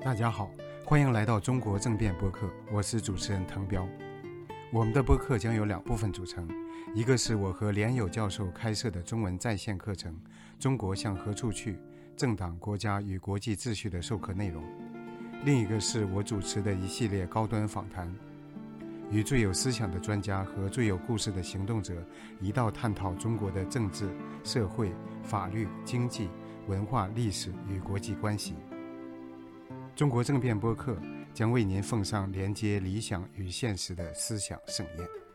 大家好，欢迎来到中国政变播客，我是主持人滕彪。我们的播客将由2部分组成，一个是我和连友教授开设的中文在线课程《中国向何处去：政党、国家与国际秩序》的授课内容，另一个是我主持的一系列高端访谈，与最有思想的专家和最有故事的行动者一道探讨中国的政治、社会、法律、经济、文化、历史与国际关系。中国政变播客将为您奉上连接理想与现实的思想盛宴。